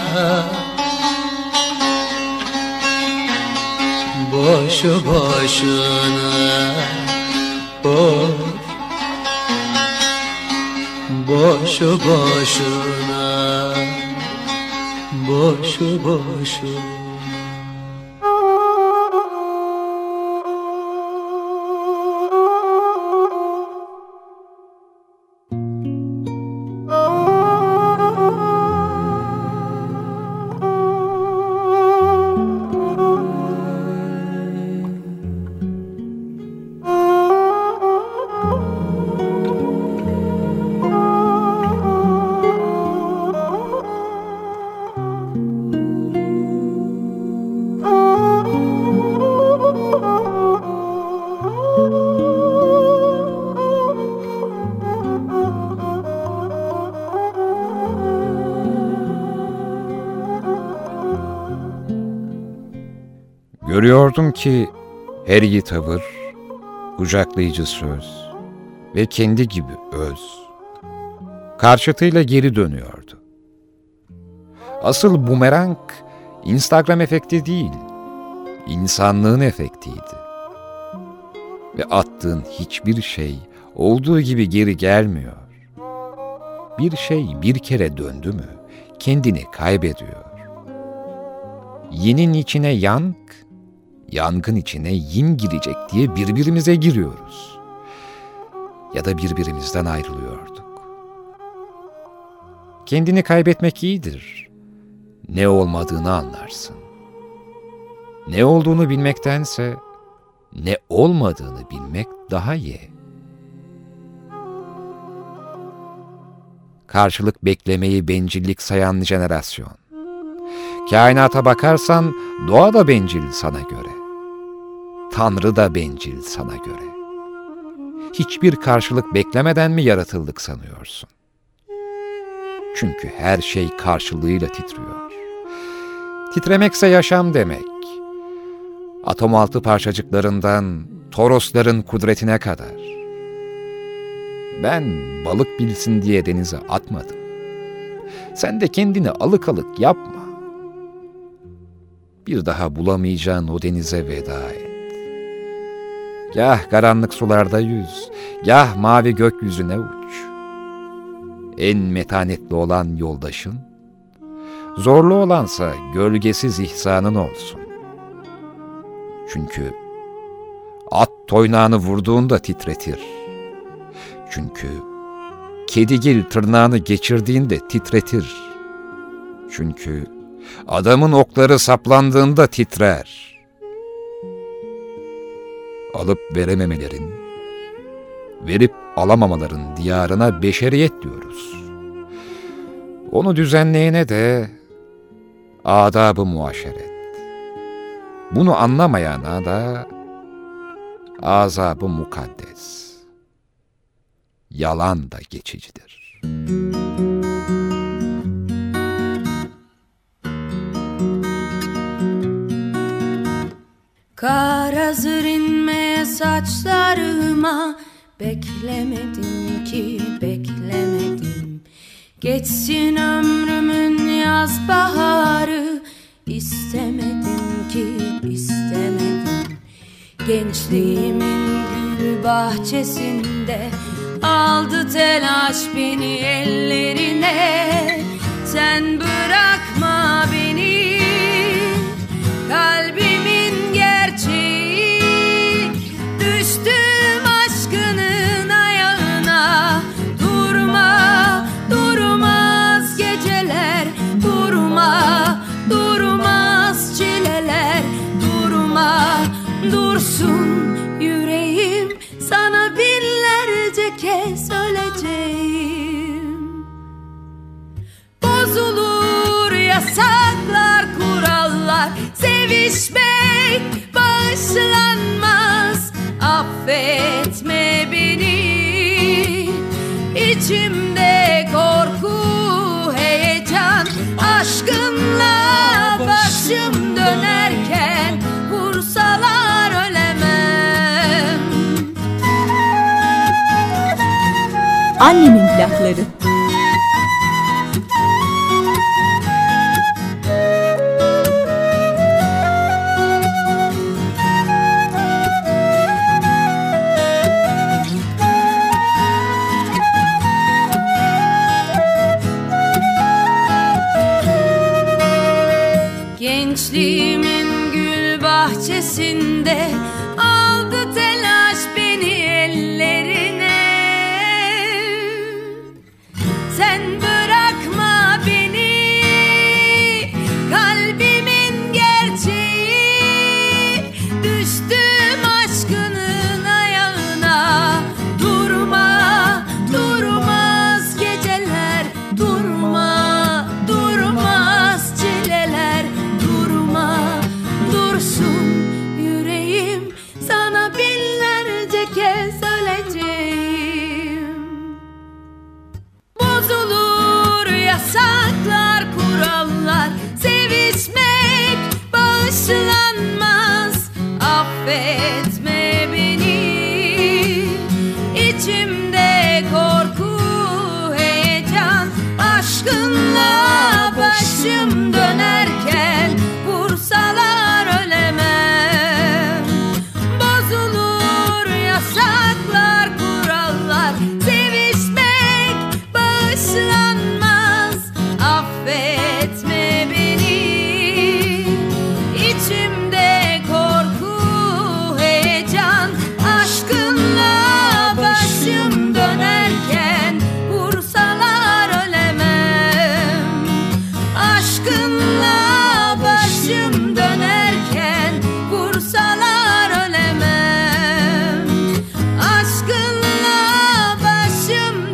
F: boşu boşuna, boşu boşuna, boşu boşuna.
A: Görüyordum ki her iyi tavır, kucaklayıcı söz ve kendi gibi öz, karşıtıyla geri dönüyordu. Asıl bumerang, Instagram efekti değil, insanlığın efektiydi. Ve attığın hiçbir şey olduğu gibi geri gelmiyor. Bir şey bir kere döndü mü, kendini kaybediyor. Yinin içine yangın içine yin girecek diye birbirimize giriyoruz. Ya da birbirimizden ayrılıyorduk. Kendini kaybetmek iyidir. Ne olmadığını anlarsın. Ne olduğunu bilmektense ne olmadığını bilmek daha iyi. Karşılık beklemeyi bencillik sayan jenerasyon. Kainata bakarsan doğa da bencil sana göre. Tanrı da bencil sana göre. Hiçbir karşılık beklemeden mi yaratıldık sanıyorsun? Çünkü her şey karşılığıyla titriyor. Titremekse yaşam demek. Atom altı parçacıklarından Torosların kudretine kadar. Ben balık bilsin diye denize atmadım. Sen de kendini alık alık yapma. Bir daha bulamayacağın o denize veda et. Gah karanlık sularda yüz, gah mavi gökyüzüne uç. En metanetli olan yoldaşın, zorlu olansa gölgesiz ihsanın olsun. Çünkü at toynağını vurduğunda titretir. Çünkü kedigil tırnağını geçirdiğinde titretir. Çünkü adamın okları saplandığında titrer. Alıp verememelerin, verip alamamaların diyarına beşeriyet diyoruz. Onu düzenleyene de adab-ı muaşeret. Bunu anlamayana da azab-ı mukaddes. Yalan da geçicidir.
B: Kar hazır inmeye saçlarıma, beklemedim ki beklemedim. Geçsin ömrümün yaz baharı, istemedim ki istemedim. Gençliğimin gül bahçesinde aldı telaş beni ellerine. Sen bırakma beni, kalbimin gerçeği. Düştüm aşkının ayağına. Durma, durmaz geceler. Durma, durmaz çileler. Durma, dursun yüreğim. Sana binlerce kez öleceğim. Bozulur yasaklar, kurallar. Sevişmek bağışlanmaz. Affetme beni. İçimde korku, heyecan. Aşkınla başım dönerken vursalar ölemem.
C: Annemin plakları.
B: Gençliğimin gül bahçesinde aldı telaş beni ellerine. Sen bırakma beni, kalbimin gerçeği. Düştüm aşkının ayağına. Durma, durmaz geceler. Durma, durmaz çileler. Durma, dursun yüreğim.
G: başım dönerken vursalar ölemem. Bozulur yasaklar, kurallar, sevişmek bağışlanmaz. Affetme beni, içimde korku, heyecan, aşkınla başım dönerken vursalar ölemem. Aşkınla başım dönerken vursalar ölemem. Aşkınla başım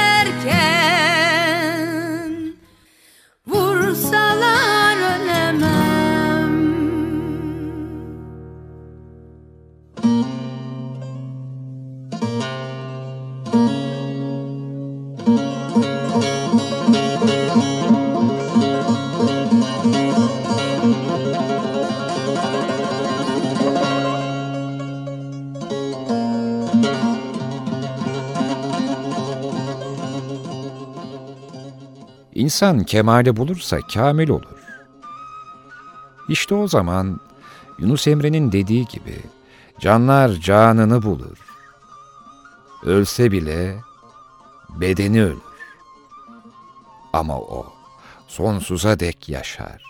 G: dönerken vursalar ölemem.
A: İnsan kemali bulursa kamil olur. İşte o zaman Yunus Emre'nin dediği gibi canlar canını bulur. Ölse bile bedeni ölür. Ama o sonsuza dek yaşar.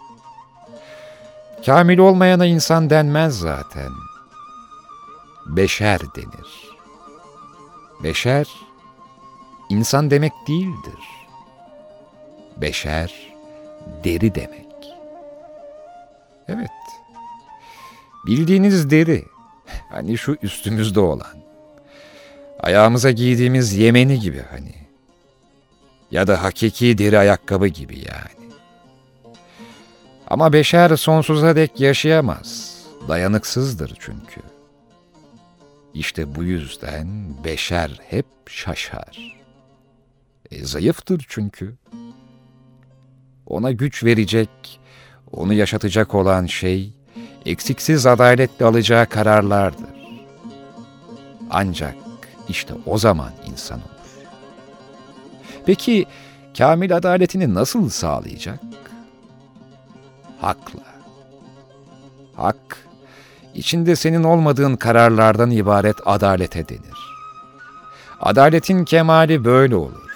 A: Kamil olmayana insan denmez zaten. Beşer denir. Beşer, insan demek değildir. Beşer, deri demek. Evet, bildiğiniz deri, hani şu üstümüzde olan, ayağımıza giydiğimiz yemeni gibi hani, ya da hakiki deri ayakkabı gibi yani. Ama beşer sonsuza dek yaşayamaz, dayanıksızdır çünkü. İşte bu yüzden beşer hep şaşar. Zayıftır çünkü. Ona güç verecek, onu yaşatacak olan şey, eksiksiz adaletle alacağı kararlardır. Ancak işte o zaman insan olur. Peki, kamil adaletini nasıl sağlayacak? Hakla. Hak, içinde senin olmadığın kararlardan ibaret adalete denir. Adaletin kemali böyle olur.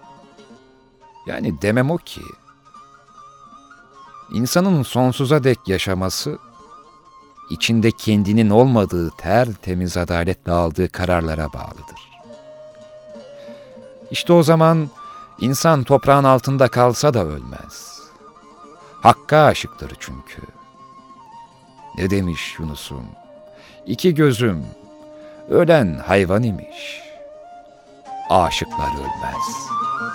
A: Yani demem o ki, İnsanın sonsuza dek yaşaması, içinde kendinin olmadığı tertemiz adaletle aldığı kararlara bağlıdır. İşte o zaman insan toprağın altında kalsa da ölmez. Hakka aşıktır çünkü. Ne demiş Yunus'um? İki gözüm, ölen hayvan imiş. Aşıklar ölmez.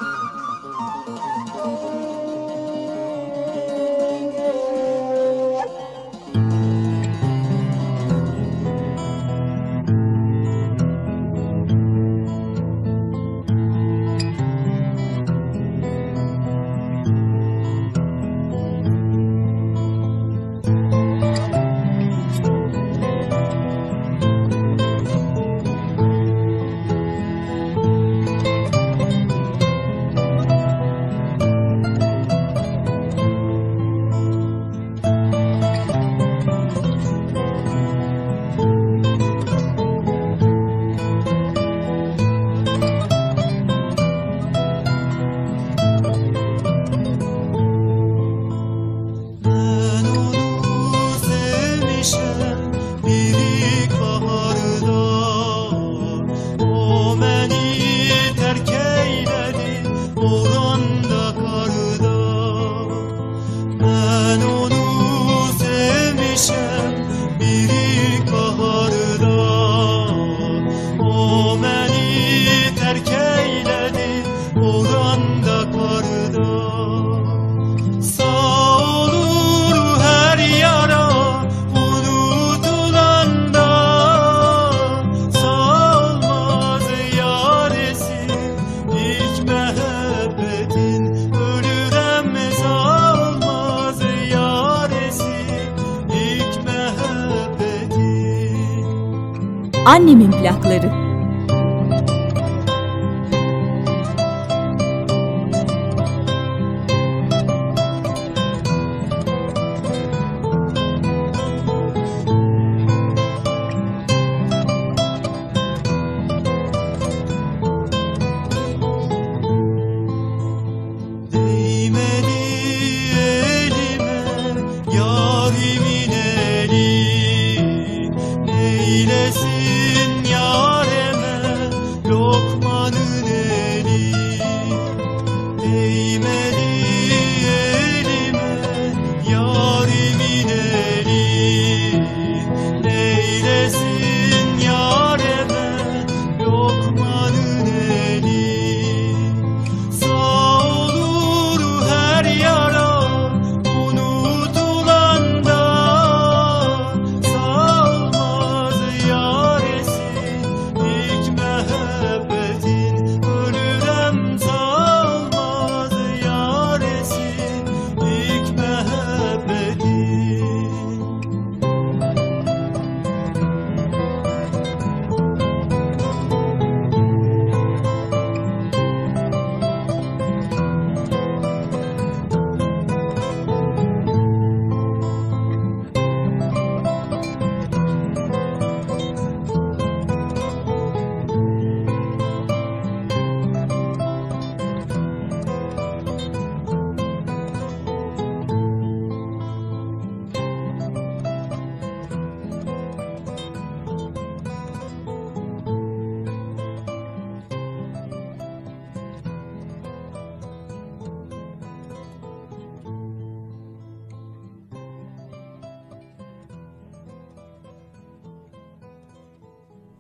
C: Annemin plakları.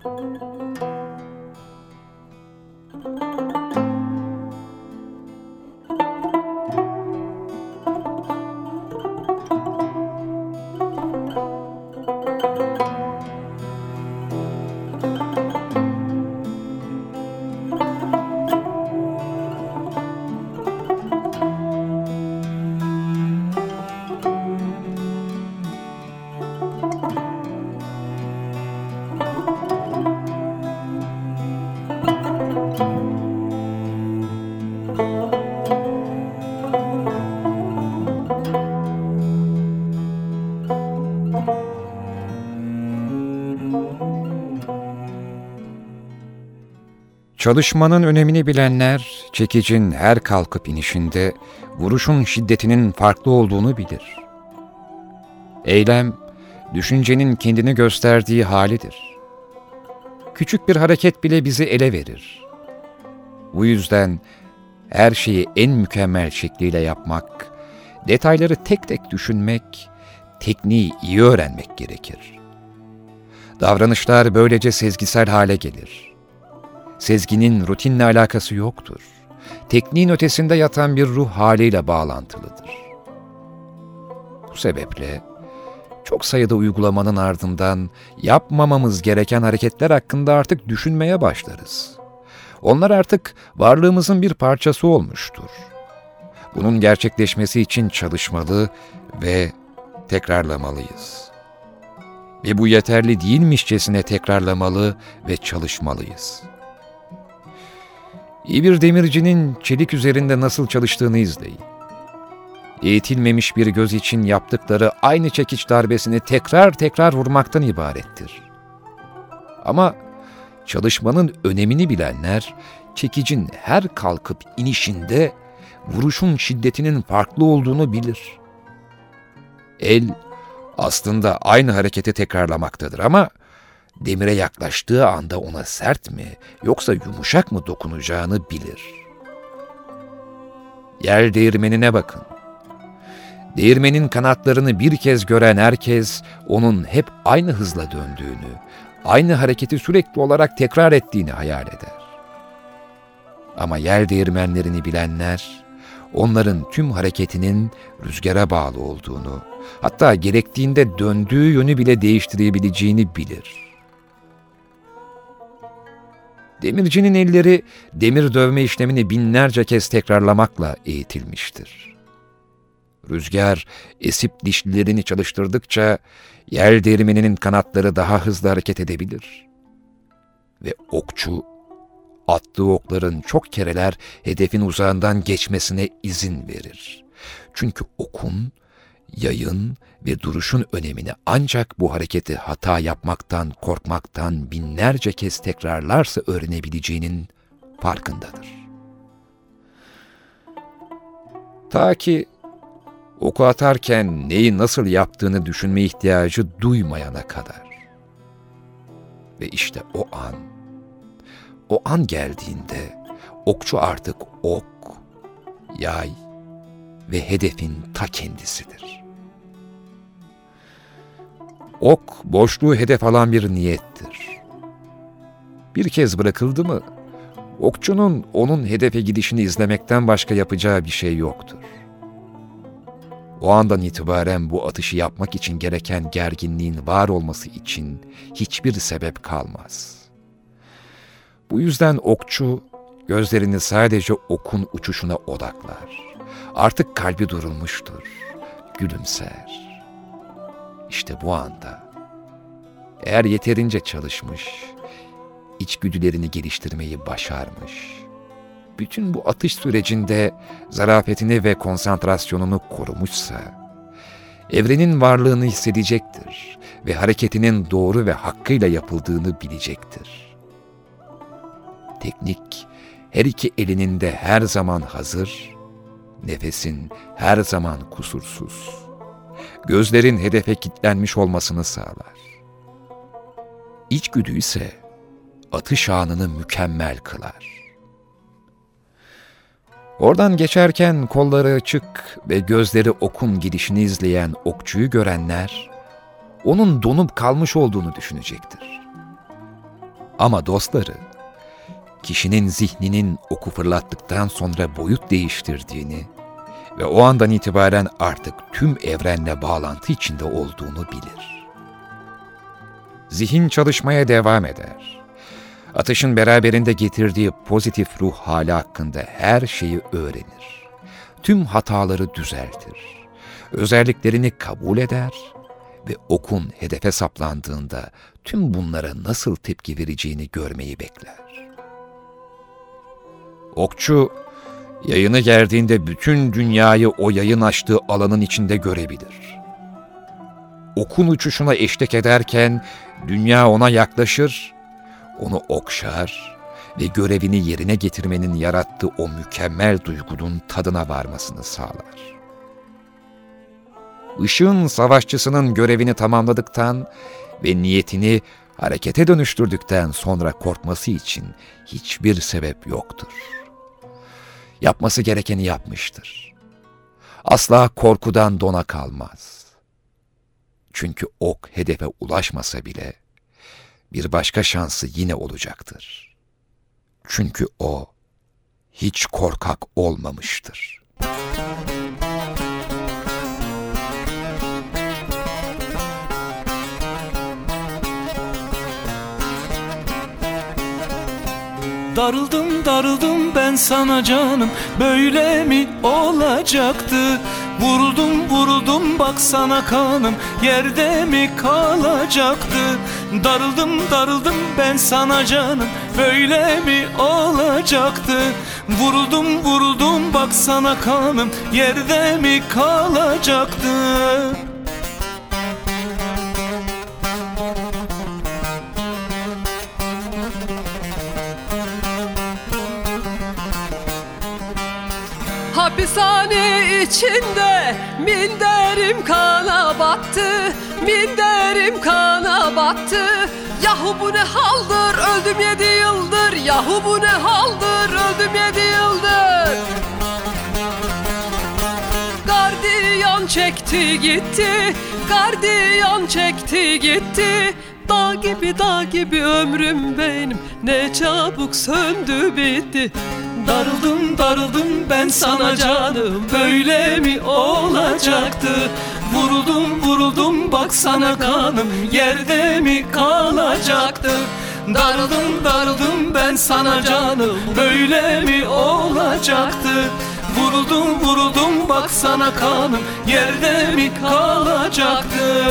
A: Çalışmanın önemini bilenler, çekicin her kalkıp inişinde vuruşun şiddetinin farklı olduğunu bilir. Eylem, düşüncenin kendini gösterdiği halidir. Küçük bir hareket bile bizi ele verir. Bu yüzden her şeyi en mükemmel şekliyle yapmak, detayları tek tek düşünmek, tekniği iyi öğrenmek gerekir. Davranışlar böylece sezgisel hale gelir. Sezginin rutinle alakası yoktur. Tekniğin ötesinde yatan bir ruh haliyle bağlantılıdır. Bu sebeple çok sayıda uygulamanın ardından yapmamamız gereken hareketler hakkında artık düşünmeye başlarız. Onlar artık varlığımızın bir parçası olmuştur. Bunun gerçekleşmesi için çalışmalı ve tekrarlamalıyız. Ve bu yeterli değilmişçesine tekrarlamalı ve çalışmalıyız. İyi bir demircinin çelik üzerinde nasıl çalıştığını izleyin. Eğitilmemiş bir göz için yaptıkları aynı çekiç darbesini tekrar tekrar vurmaktan ibarettir. Ama çalışmanın önemini bilenler, çekicin her kalkıp inişinde vuruşun şiddetinin farklı olduğunu bilir. El aslında aynı hareketi tekrarlamaktadır ama demire yaklaştığı anda ona sert mi yoksa yumuşak mı dokunacağını bilir. Yel değirmenine bakın. Değirmenin kanatlarını bir kez gören herkes onun hep aynı hızla döndüğünü, aynı hareketi sürekli olarak tekrar ettiğini hayal eder. Ama yel değirmenlerini bilenler, onların tüm hareketinin rüzgara bağlı olduğunu, hatta gerektiğinde döndüğü yönü bile değiştirebileceğini bilir. Demircinin elleri demir dövme işlemini binlerce kez tekrarlamakla eğitilmiştir. Rüzgar esip dişlilerini çalıştırdıkça yel değirmeninin kanatları daha hızlı hareket edebilir. Ve okçu, attığı okların çok kereler hedefin uzağından geçmesine izin verir. Çünkü okun, yayın ve duruşun önemini ancak bu hareketi hata yapmaktan, korkmaktan binlerce kez tekrarlarsa öğrenebileceğinin farkındadır. Ta ki oku atarken neyi nasıl yaptığını düşünme ihtiyacı duymayana kadar. Ve işte o an geldiğinde okçu artık ok, yay ve hedefin ta kendisidir. Ok, boşluğu hedef alan bir niyettir. Bir kez bırakıldı mı, okçunun onun hedefe gidişini izlemekten başka yapacağı bir şey yoktur. O andan itibaren bu atışı yapmak için gereken gerginliğin var olması için hiçbir sebep kalmaz. Bu yüzden okçu gözlerini sadece okun uçuşuna odaklar. Artık kalbi durulmuştur, gülümser. İşte bu anda, eğer yeterince çalışmış, içgüdülerini geliştirmeyi başarmış, bütün bu atış sürecinde zarafetini ve konsantrasyonunu korumuşsa, evrenin varlığını hissedecektir ve hareketinin doğru ve hakkıyla yapıldığını bilecektir. Teknik, her iki elinin de her zaman hazır, nefesin her zaman kusursuz, gözlerin hedefe kilitlenmiş olmasını sağlar. İçgüdü ise atış anını mükemmel kılar. Oradan geçerken kolları açık ve gözleri okun gidişini izleyen okçuyu görenler, onun donup kalmış olduğunu düşünecektir. Ama dostları, kişinin zihninin oku fırlattıktan sonra boyut değiştirdiğini ve o andan itibaren artık tüm evrenle bağlantı içinde olduğunu bilir. Zihin çalışmaya devam eder. Atışın beraberinde getirdiği pozitif ruh hali hakkında her şeyi öğrenir. Tüm hataları düzeltir. Özelliklerini kabul eder ve okun hedefe saplandığında tüm bunlara nasıl tepki vereceğini görmeyi bekler. Okçu, yayını gerdiğinde bütün dünyayı o yayın açtığı alanın içinde görebilir. Okun uçuşuna eşlik ederken dünya ona yaklaşır, onu okşar ve görevini yerine getirmenin yarattığı o mükemmel duygunun tadına varmasını sağlar. Işığın savaşçısının görevini tamamladıktan ve niyetini harekete dönüştürdükten sonra korkması için hiçbir sebep yoktur. Yapması gerekeni yapmıştır. Asla korkudan dona kalmaz. Çünkü ok hedefe ulaşmasa bile bir başka şansı yine olacaktır. Çünkü o hiç korkak olmamıştır.
H: Darıldım darıldım ben sana canım, böyle mi olacaktı? Vuruldum vuruldum baksana kanım, yerde mi kalacaktı? Darıldım darıldım ben sana canım, böyle mi olacaktı? Vuruldum vuruldum baksana kanım, yerde mi kalacaktı?
I: Hapishane içinde minderim kana battı, minderim kana battı. Yahu bu ne haldır, öldüm 7 yıldır. Yahu bu ne haldır, öldüm 7 yıldır. Gardiyan çekti gitti, gardiyan çekti gitti. Dağ gibi ömrüm benim, ne çabuk söndü bitti.
H: Darıldım darıldım ben sana canım, böyle mi olacaktı? Vuruldum vuruldum baksana kanım, yerde mi kalacaktı? Darıldım darıldım ben sana canım, böyle mi olacaktı? Vuruldum vuruldum baksana kanım, yerde mi kalacaktı?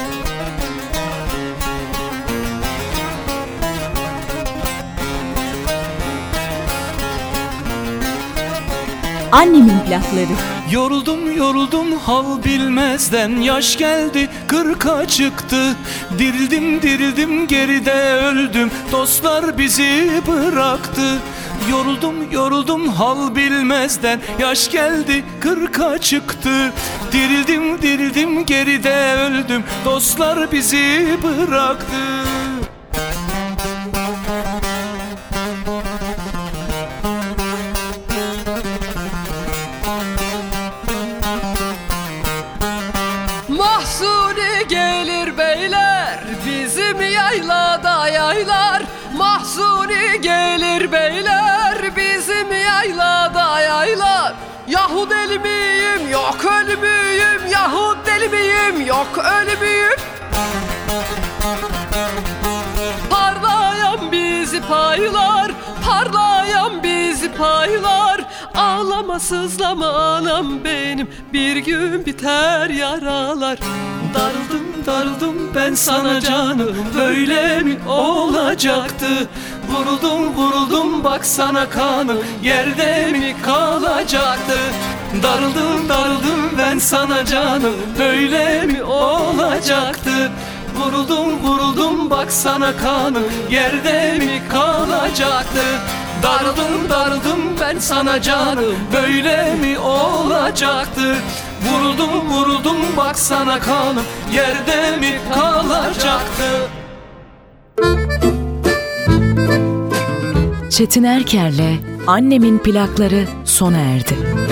C: Annemin plakları.
H: Yoruldum yoruldum hal bilmezden, yaş geldi 40'a çıktı. Dirildim dirildim geride öldüm, dostlar bizi bıraktı. Yoruldum yoruldum hal bilmezden, yaş geldi 40'a çıktı. Dirildim dirildim geride öldüm, dostlar bizi bıraktı.
I: Mahsuni gelir beyler, bizim yaylada yaylar. Mahsuni gelir beyler, bizim yaylada yaylar. Yahu deli miyim, yok ölü müyüm? Yahu deli miyim, yok ölü müyüm? Parlayan bizi paylar, parlayan bizi paylar. Ağlama sızlama anam benim, bir gün biter yaralar.
H: Darıldım darıldım ben sana canım, böyle mi olacaktı? Vuruldum vuruldum baksana kanım, yerde mi kalacaktı? Darıldım darıldım ben sana canım, böyle mi olacaktı? Vuruldum vuruldum baksana kanım, yerde mi kalacaktı? Darıldım darıldım ben sana canım, böyle mi olacaktı? Vuruldum vuruldum baksana kanım, yerde mi kalacaktı?
J: Çetin Erker'le Annemin plakları sona erdi.